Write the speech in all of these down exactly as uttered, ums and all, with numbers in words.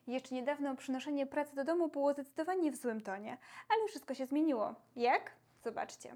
Jeszcze niedawno przynoszenie pracy do domu było zdecydowanie w złym tonie, ale wszystko się zmieniło. Jak? Zobaczcie.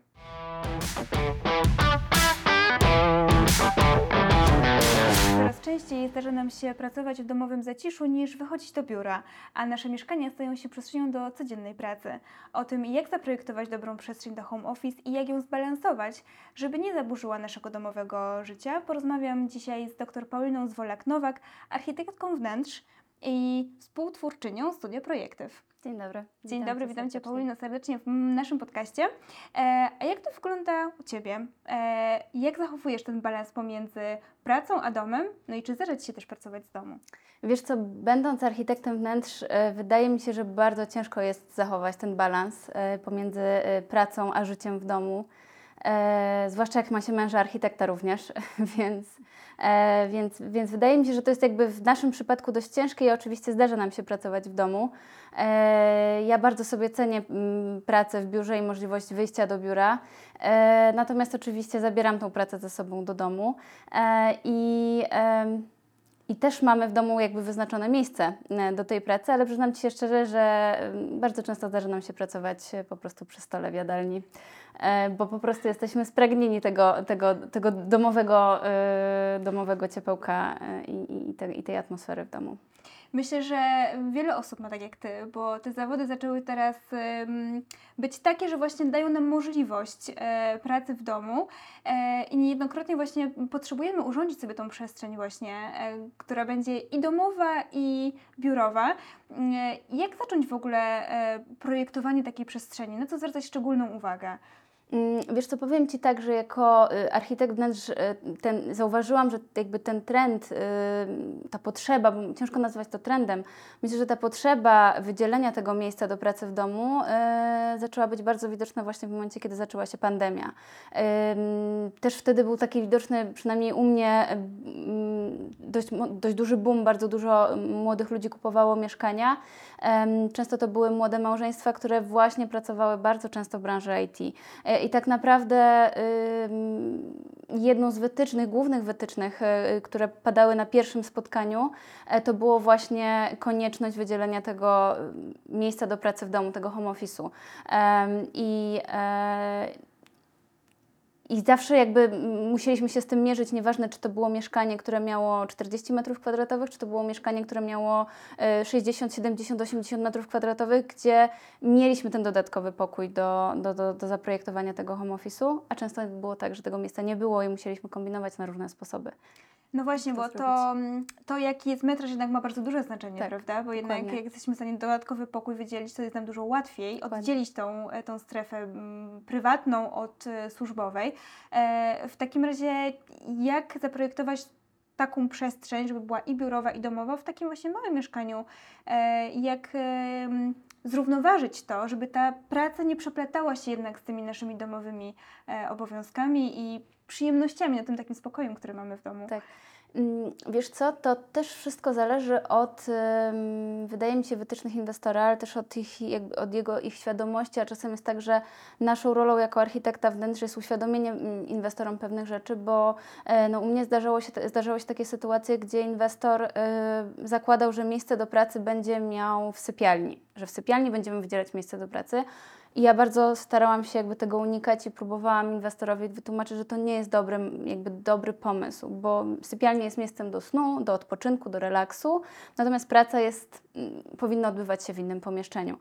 Coraz częściej zdarza nam się pracować w domowym zaciszu niż wychodzić do biura, a nasze mieszkania stają się przestrzenią do codziennej pracy. O tym, jak zaprojektować dobrą przestrzeń do home office i jak ją zbalansować, żeby nie zaburzyła naszego domowego życia, porozmawiam dzisiaj z dr Pauliną Zwolak-Nowak, architektką wnętrz i współtwórczynią Studia Projektów. Dzień dobry. Dzień Witam dobry, cię witam Cię serdecznie. Paulino serdecznie w naszym podcaście. E, a jak to wygląda u Ciebie? E, jak zachowujesz ten balans pomiędzy pracą a domem? No i czy zdarza Ci się też pracować z domu? Wiesz co, będąc architektem wnętrz, e, wydaje mi się, że bardzo ciężko jest zachować ten balans e, pomiędzy e, pracą a życiem w domu. E, zwłaszcza jak ma się męża architekta również, więc, e, więc, więc wydaje mi się, że to jest jakby w naszym przypadku dość ciężkie i oczywiście zdarza nam się pracować w domu. E, ja bardzo sobie cenię m, pracę w biurze i możliwość wyjścia do biura, e, natomiast oczywiście zabieram tą pracę ze sobą do domu e, i e, I też mamy w domu jakby wyznaczone miejsce e, do tej pracy, ale przyznam Ci się szczerze, że mm, bardzo często zdarza nam się pracować e, po prostu przy stole w jadalni, e, bo po prostu jesteśmy spragnieni tego, tego, tego domowego, e, domowego ciepełka e, i, i, te, i tej atmosfery w domu. Myślę, że wiele osób ma tak jak Ty, bo te zawody zaczęły teraz ym, być takie, że właśnie dają nam możliwość e, pracy w domu e, i niejednokrotnie właśnie potrzebujemy urządzić sobie tą przestrzeń właśnie, e, która będzie i domowa, i biurowa. E, jak zacząć w ogóle e, projektowanie takiej przestrzeni? Na co zwracać szczególną uwagę? Mm, Wiesz co, powiem Ci tak, że jako y, architekt wnętrz y, ten, zauważyłam, że jakby ten trend, y, ta potrzeba, bo ciężko nazwać to trendem, myślę, że ta potrzeba wydzielenia tego miejsca do pracy w domu y, zaczęła być bardzo widoczna właśnie w momencie, kiedy zaczęła się pandemia. Y, też wtedy był taki widoczny, przynajmniej u mnie, y, dość, mo- dość duży boom, bardzo dużo młodych ludzi kupowało mieszkania. Y, często to były młode małżeństwa, które właśnie pracowały bardzo często w branży I T. I tak naprawdę y, jedną z wytycznych, głównych wytycznych, y, które padały na pierwszym spotkaniu, y, to było właśnie konieczność wydzielenia tego y, miejsca do pracy w domu, tego home office'u. Ym, I y, i zawsze jakby musieliśmy się z tym mierzyć, nieważne czy to było mieszkanie, które miało czterdzieści metrów kwadratowych, czy to było mieszkanie, które miało sześćdziesiąt, siedemdziesiąt, osiemdziesiąt metrów kwadratowych, gdzie mieliśmy ten dodatkowy pokój do, do, do, do zaprojektowania tego home office'u, a często było tak, że tego miejsca nie było i musieliśmy kombinować na różne sposoby. No właśnie, to bo zrobić. to, to jaki jest metraż jednak ma bardzo duże znaczenie, Tak, prawda? Bo jednak dokładnie. jak jesteśmy w stanie dodatkowy pokój wydzielić, to jest nam dużo łatwiej Dokładnie. oddzielić tą, e, tą strefę mm, prywatną od e, służbowej. E, w takim razie jak zaprojektować taką przestrzeń, żeby była i biurowa, i domowa w takim właśnie małym mieszkaniu? E, jak e, m, zrównoważyć to, żeby ta praca nie przeplatała się jednak z tymi naszymi domowymi e, obowiązkami i przyjemnościami, no tym takim spokojem, który mamy w domu? Tak. Mm, Wiesz co, to też wszystko zależy od, ym, wydaje mi się, wytycznych inwestora, ale też od, ich, jakby od jego ich świadomości, a czasem jest tak, że naszą rolą jako architekta wnętrz jest uświadomienie mm, inwestorom pewnych rzeczy, bo e, no, u mnie zdarzało się, zdarzały się takie sytuacje, gdzie inwestor e, zakładał, że miejsce do pracy będzie miał w sypialni, że w sypialni będziemy wydzielać miejsce do pracy. I ja bardzo starałam się jakby tego unikać i próbowałam inwestorowi wytłumaczyć, że to nie jest dobry, jakby dobry pomysł, bo sypialnia jest miejscem do snu, do odpoczynku, do relaksu, natomiast praca jest, mm, powinna odbywać się w innym pomieszczeniu.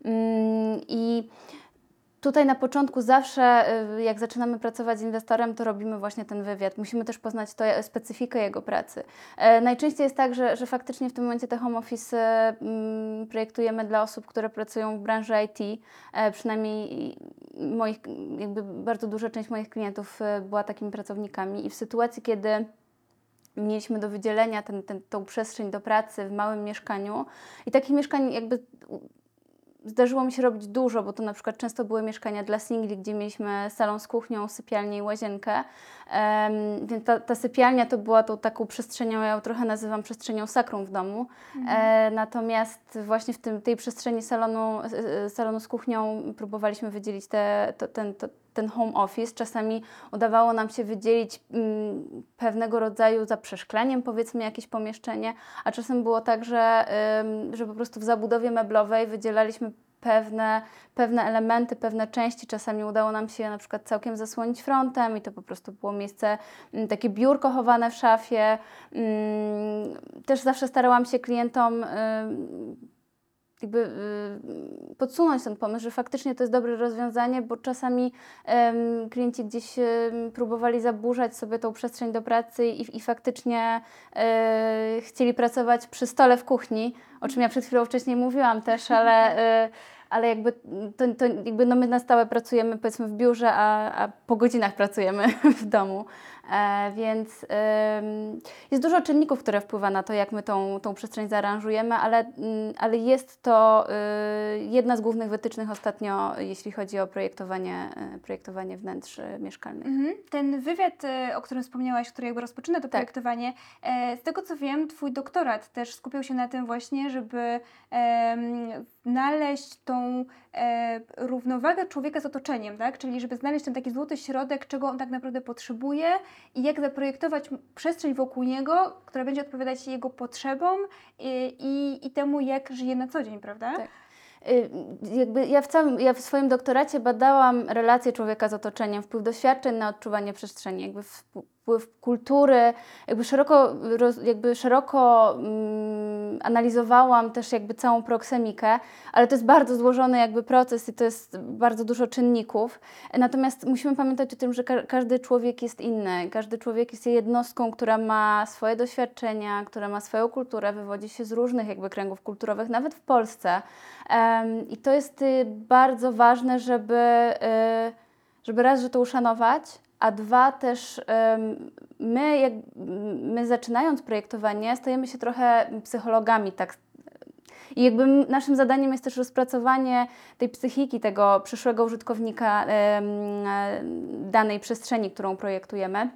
Mm, I tutaj na początku zawsze, y, jak zaczynamy pracować z inwestorem, to robimy właśnie ten wywiad. Musimy też poznać to, e, specyfikę jego pracy. E, najczęściej jest tak, że, że faktycznie w tym momencie te home office mm, projektujemy dla osób, które pracują w branży I T. E, przynajmniej moich, jakby bardzo duża część moich klientów e, była takimi pracownikami i w sytuacji, kiedy mieliśmy do wydzielenia ten, ten, tą przestrzeń do pracy w małym mieszkaniu i takich mieszkań jakby zdarzyło mi się robić dużo, bo to na przykład często były mieszkania dla singli, gdzie mieliśmy salon z kuchnią, sypialnię i łazienkę. Em, więc ta, ta sypialnia to była tą taką przestrzenią, ja ją trochę nazywam przestrzenią sakrum w domu. E, natomiast właśnie w tym, tej przestrzeni salonu, e, salonu z kuchnią próbowaliśmy wydzielić te, to, ten, to, ten home office. Czasami udawało nam się wydzielić mm, pewnego rodzaju za przeszkleniem, powiedzmy, jakieś pomieszczenie, a czasem było tak, że, ym, że po prostu w zabudowie meblowej wydzielaliśmy pewne, pewne elementy, pewne części. Czasami udało nam się je na przykład całkiem zasłonić frontem i to po prostu było miejsce, mm, takie biurko chowane w szafie. Mm, Też zawsze starałam się klientom ym, jakby y, podsunąć ten pomysł, że faktycznie to jest dobre rozwiązanie, bo czasami em, klienci gdzieś em, próbowali zaburzać sobie tą przestrzeń do pracy i, i faktycznie e, chcieli pracować przy stole w kuchni, o czym ja przed chwilą wcześniej mówiłam też, ale, e, ale jakby, to, to jakby no my na stałe pracujemy powiedzmy w biurze, a, a po godzinach pracujemy w domu. E, więc ym, jest dużo czynników, które wpływa na to, jak my tą, tą przestrzeń zaaranżujemy, ale, ym, ale jest to y, jedna z głównych wytycznych ostatnio, jeśli chodzi o projektowanie, y, projektowanie wnętrz y, mieszkalnych. Mhm. Ten wywiad, e, o którym wspomniałaś, który jakby rozpoczyna to Tak. projektowanie, e, z tego co wiem, Twój doktorat też skupiał się na tym właśnie, żeby em, znaleźć tą e, równowagę człowieka z otoczeniem, tak? Czyli żeby znaleźć ten taki złoty środek, czego on tak naprawdę potrzebuje i jak zaprojektować m- przestrzeń wokół niego, która będzie odpowiadać jego potrzebom i, i, i temu, jak żyje na co dzień, prawda? Tak. Y, Jakby ja, w całym, ja w swoim doktoracie badałam relacje człowieka z otoczeniem, wpływ doświadczeń na odczuwanie przestrzeni, jakby wpływ kultury, jakby szeroko, roz, jakby szeroko mm, analizowałam też jakby całą proksemikę, ale to jest bardzo złożony jakby proces i to jest bardzo dużo czynników. Natomiast musimy pamiętać o tym, że ka każdy człowiek jest inny, każdy człowiek jest jednostką, która ma swoje doświadczenia, która ma swoją kulturę, wywodzi się z różnych jakby kręgów kulturowych, nawet w Polsce. Um, I to jest y, bardzo ważne, żeby, y, żeby raz, że to uszanować, a dwa też ym, my, jak, my zaczynając projektowanie, stajemy się trochę psychologami, tak. I jakby m- naszym zadaniem jest też rozpracowanie tej psychiki tego przyszłego użytkownika ym, e, danej przestrzeni, którą projektujemy.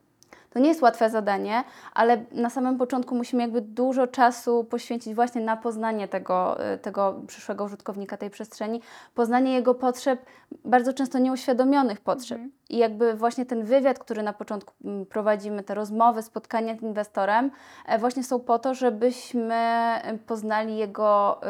To nie jest łatwe zadanie, ale na samym początku musimy jakby dużo czasu poświęcić właśnie na poznanie tego, y, tego przyszłego użytkownika tej przestrzeni, poznanie jego potrzeb, bardzo często nieuświadomionych potrzeb. Mhm. I jakby właśnie ten wywiad, który na początku mm, prowadzimy, te rozmowy, spotkania z inwestorem, e, właśnie są po to, żebyśmy e, poznali jego,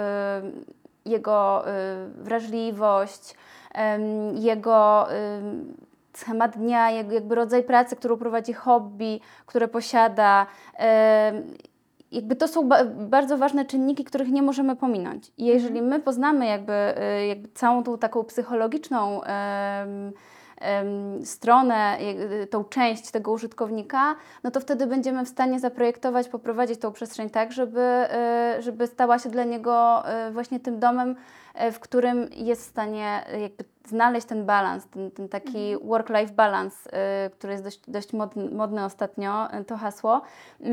y, jego y, wrażliwość, em, jego y, schemat dnia, jak- jakby rodzaj pracy, którą prowadzi, hobby, które posiada. Em, Jakby to są ba bardzo ważne czynniki, których nie możemy pominąć. I jeżeli my poznamy jakby, y, jakby całą tą taką psychologiczną em, em, stronę, jak- tą część tego użytkownika, no to wtedy będziemy w stanie zaprojektować, poprowadzić tą przestrzeń tak, żeby, y, żeby stała się dla niego y, właśnie tym domem, y, w którym jest w stanie y, jakby znaleźć ten balans, ten, ten taki work-life balance, y, który jest dość, dość modny, modny ostatnio, y, to hasło.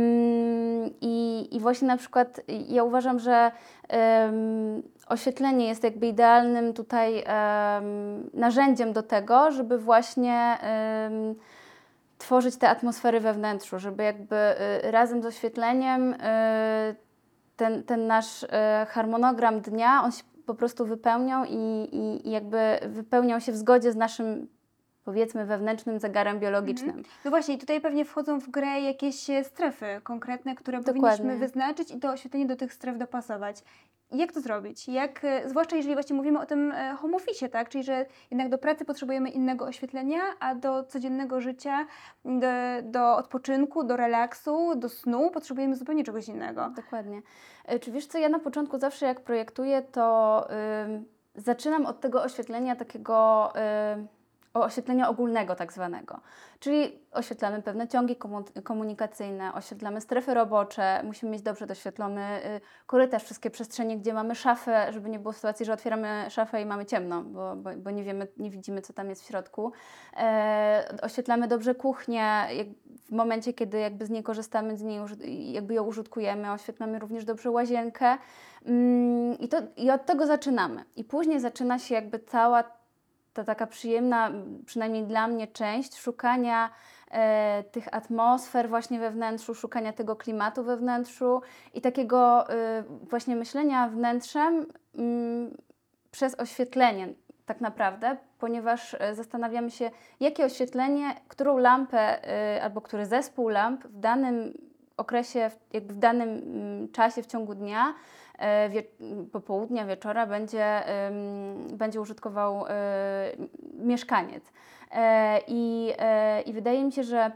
Ym, I, I właśnie na przykład ja uważam, że ym, oświetlenie jest jakby idealnym tutaj ym, narzędziem do tego, żeby właśnie ym, tworzyć te atmosfery we wnętrzu, żeby jakby y, razem z oświetleniem y, ten, ten nasz y, harmonogram dnia, on się po prostu wypełniał i, i, i jakby wypełniał się w zgodzie z naszym, powiedzmy, wewnętrznym zegarem biologicznym. No właśnie, i tutaj pewnie wchodzą w grę jakieś e, strefy konkretne, które Dokładnie. powinniśmy wyznaczyć i to oświetlenie do tych stref dopasować. Jak to zrobić? Jak, e, zwłaszcza jeżeli właśnie mówimy o tym e, home office, tak? Czyli że jednak do pracy potrzebujemy innego oświetlenia, a do codziennego życia, do, do odpoczynku, do relaksu, do snu potrzebujemy zupełnie czegoś innego. Dokładnie. E, Czy wiesz co, ja na początku zawsze jak projektuję, to ym, zaczynam od tego oświetlenia takiego, ym, o oświetlenia ogólnego tak zwanego. Czyli oświetlamy pewne ciągi komu- komunikacyjne, oświetlamy strefy robocze, musimy mieć dobrze doświetlony y, korytarz, wszystkie przestrzenie, gdzie mamy szafę, żeby nie było sytuacji, że otwieramy szafę i mamy ciemno, bo, bo, bo nie wiemy, nie widzimy, co tam jest w środku. E, oświetlamy dobrze kuchnię, jak w momencie, kiedy jakby z niej korzystamy, z niej uży- jakby ją użytkujemy, oświetlamy również dobrze łazienkę. Mm, i, to, I od tego zaczynamy. I później zaczyna się jakby cała ta taka przyjemna, przynajmniej dla mnie, część szukania e, tych atmosfer właśnie we wnętrzu, szukania tego klimatu we wnętrzu i takiego e, właśnie myślenia wnętrzem mm, przez oświetlenie tak naprawdę, ponieważ e, zastanawiamy się, jakie oświetlenie, którą lampę e, albo który zespół lamp w danym okresie, w- jakby w danym mm, czasie w ciągu dnia, e, wie, popołudnia, wieczora będzie, em, będzie użytkował e, mieszkaniec. E, i, e, I wydaje mi się, że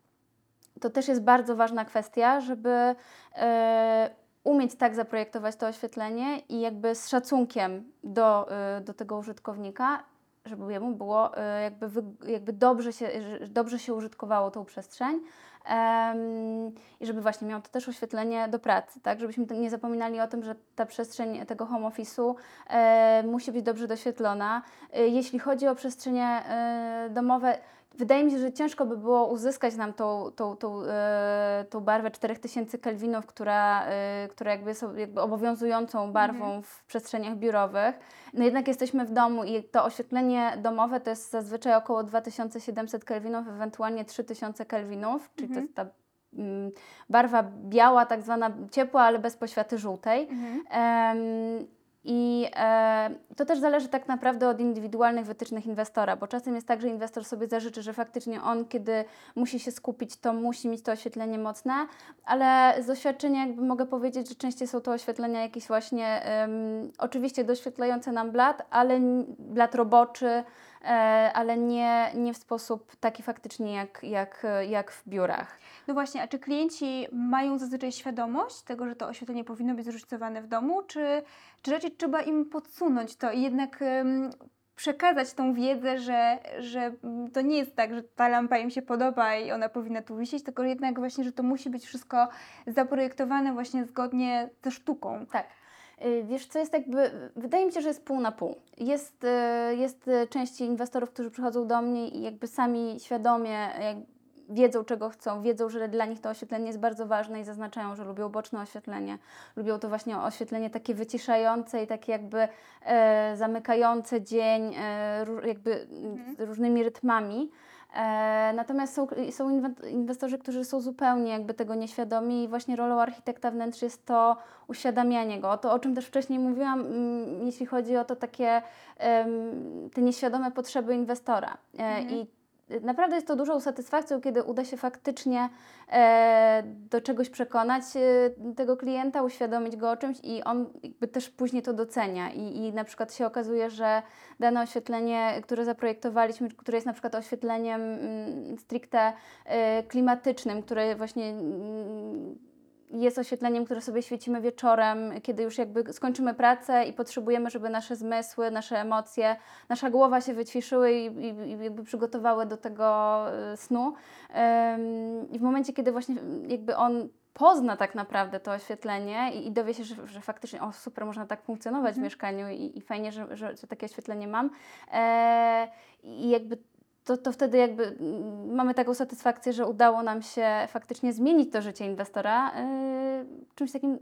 to też jest bardzo ważna kwestia, żeby e, umieć tak zaprojektować to oświetlenie i jakby z szacunkiem do, e, do tego użytkownika, żeby jemu było e, jakby, wy, jakby dobrze, się, że- dobrze się użytkowało tą przestrzeń. Em, I żeby właśnie miał to też oświetlenie do pracy, tak? Żebyśmy te- nie zapominali o tym, że ta przestrzeń tego home office'u e, musi być dobrze doświetlona. E, jeśli chodzi o przestrzenie e, domowe, wydaje mi się, że ciężko by było uzyskać nam tą, tą, tą, e, tą barwę cztery tysiące kelwinów, która, e, która jakby jest o- jakby obowiązującą barwą Mhm. w przestrzeniach biurowych. No jednak jesteśmy w domu i to oświetlenie domowe to jest zazwyczaj około dwa tysiące siedemset kelwinów, ewentualnie trzy tysiące kelwinów, czyli to Mhm. jest ta mm, barwa biała, tak zwana ciepła, ale bez poświaty żółtej. Mhm. Em, I e, to też zależy tak naprawdę od indywidualnych wytycznych inwestora, bo czasem jest tak, że inwestor sobie zażyczy, że faktycznie on, kiedy musi się skupić, to musi mieć to oświetlenie mocne, ale z doświadczenia jakby mogę powiedzieć, że częściej są to oświetlenia jakieś właśnie em, oczywiście doświetlające nam blat, ale n- blat roboczy, e, ale nie, nie w sposób taki faktycznie jak, jak, jak w biurach. No właśnie, a czy klienci mają zazwyczaj świadomość tego, że to oświetlenie powinno być zróżnicowane w domu, czy, czy raczej trzeba im podsunąć to i jednak em, przekazać tą wiedzę, że, że mm, to nie jest tak, że ta lampa im się podoba i ona powinna tu wisieć, tylko jednak właśnie, że to musi być wszystko zaprojektowane właśnie zgodnie ze sztuką. Tak. Y, Wiesz, co jest jakby, wydaje mi się, że jest pół na pół. Jest, y, jest y, część inwestorów, którzy przychodzą do mnie i jakby sami świadomie jak wiedzą, czego chcą, wiedzą, że dla nich to oświetlenie jest bardzo ważne i zaznaczają, że lubią boczne oświetlenie, lubią to właśnie oświetlenie takie wyciszające i takie jakby e, zamykające dzień, e, ró- jakby Mhm. z różnymi rytmami. E, natomiast są, są inwe- inwestorzy, którzy są zupełnie jakby tego nieświadomi i właśnie rolą architekta wnętrz jest to uświadamianie go. To, o czym też wcześniej mówiłam, mm, jeśli chodzi o to takie em, te nieświadome potrzeby inwestora. E, Mhm. I naprawdę jest to dużą satysfakcją, kiedy uda się faktycznie e, do czegoś przekonać e, tego klienta, uświadomić go o czymś i on jakby też później to docenia. I, I na przykład się okazuje, że dane oświetlenie, które zaprojektowaliśmy, które jest na przykład oświetleniem mm, stricte e, klimatycznym, które właśnie mm, jest oświetleniem, które sobie świecimy wieczorem, kiedy już jakby skończymy pracę i potrzebujemy, żeby nasze zmysły, nasze emocje, nasza głowa się wyciszyły i, i, i jakby przygotowały do tego e, snu. Em, I w momencie, kiedy właśnie jakby on pozna tak naprawdę to oświetlenie i, i dowie się, że, że faktycznie o super, można tak funkcjonować w Mhm. mieszkaniu i, i fajnie, że, że, że takie oświetlenie mam. E, I jakby to, to wtedy jakby mm, mamy taką satysfakcję, że udało nam się faktycznie zmienić to życie inwestora yy, czymś takim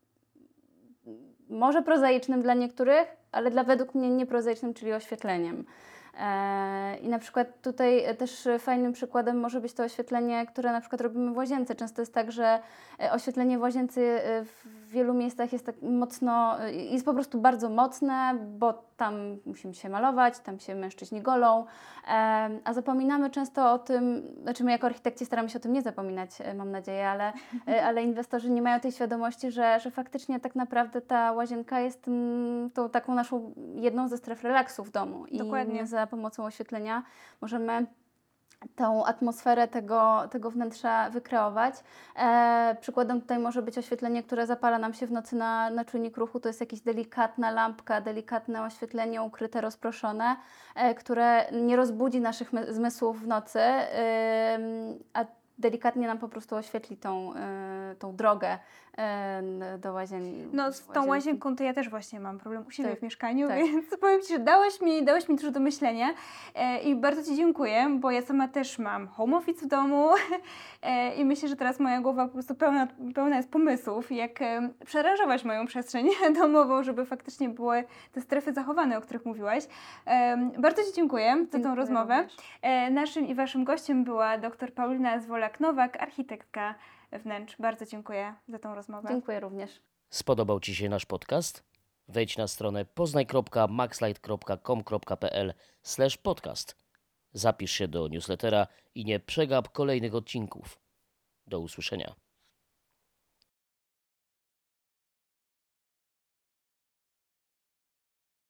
może prozaicznym dla niektórych, ale dla według mnie nieprozaicznym, czyli oświetleniem. E, I na przykład tutaj też fajnym przykładem może być to oświetlenie, które na przykład robimy w łazience. Często jest tak, że e, oświetlenie w łazience e, w wielu miejscach jest tak mocno, e, jest po prostu bardzo mocne, bo tam musimy się malować, tam się mężczyźni golą, e, a zapominamy często o tym, znaczy my jako architekci staramy się o tym nie zapominać, e, mam nadzieję, ale, e, ale inwestorzy nie mają tej świadomości, że, że faktycznie tak naprawdę ta łazienka jest mm, tą taką naszą jedną ze stref relaksu w domu i Dokładnie. my za pomocą oświetlenia możemy tą atmosferę tego, tego wnętrza wykreować. E, przykładem tutaj może być oświetlenie, które zapala nam się w nocy na, na czujnik ruchu. To jest jakaś delikatna lampka, delikatne oświetlenie ukryte, rozproszone, e, które nie rozbudzi naszych my- zmysłów w nocy, ym, a delikatnie nam po prostu oświetli tą, y, tą drogę e, do łazienki. No z tą łazienką to ja też właśnie mam problem u siebie Tak, w mieszkaniu, tak. więc powiem Ci, że dałaś mi, dałaś mi dużo do myślenia e, i bardzo Ci dziękuję, bo ja sama też mam home office w domu e, i myślę, że teraz moja głowa po prostu pełna, pełna jest pomysłów, jak e, przearanżować moją przestrzeń domową, żeby faktycznie były te strefy zachowane, o których mówiłaś. E, bardzo Ci dziękuję za tą Dziękuję rozmowę. również. E, naszym i Waszym gościem była dr Paulina Zwolak-Nowak, architektka wnętrz. Bardzo dziękuję za tą rozmowę. Dziękuję również. Spodobał Ci się nasz podcast? Wejdź na stronę poznaj kropka maxlight kropka com kropka pl slash podcast. Zapisz się do newslettera i nie przegap kolejnych odcinków. Do usłyszenia.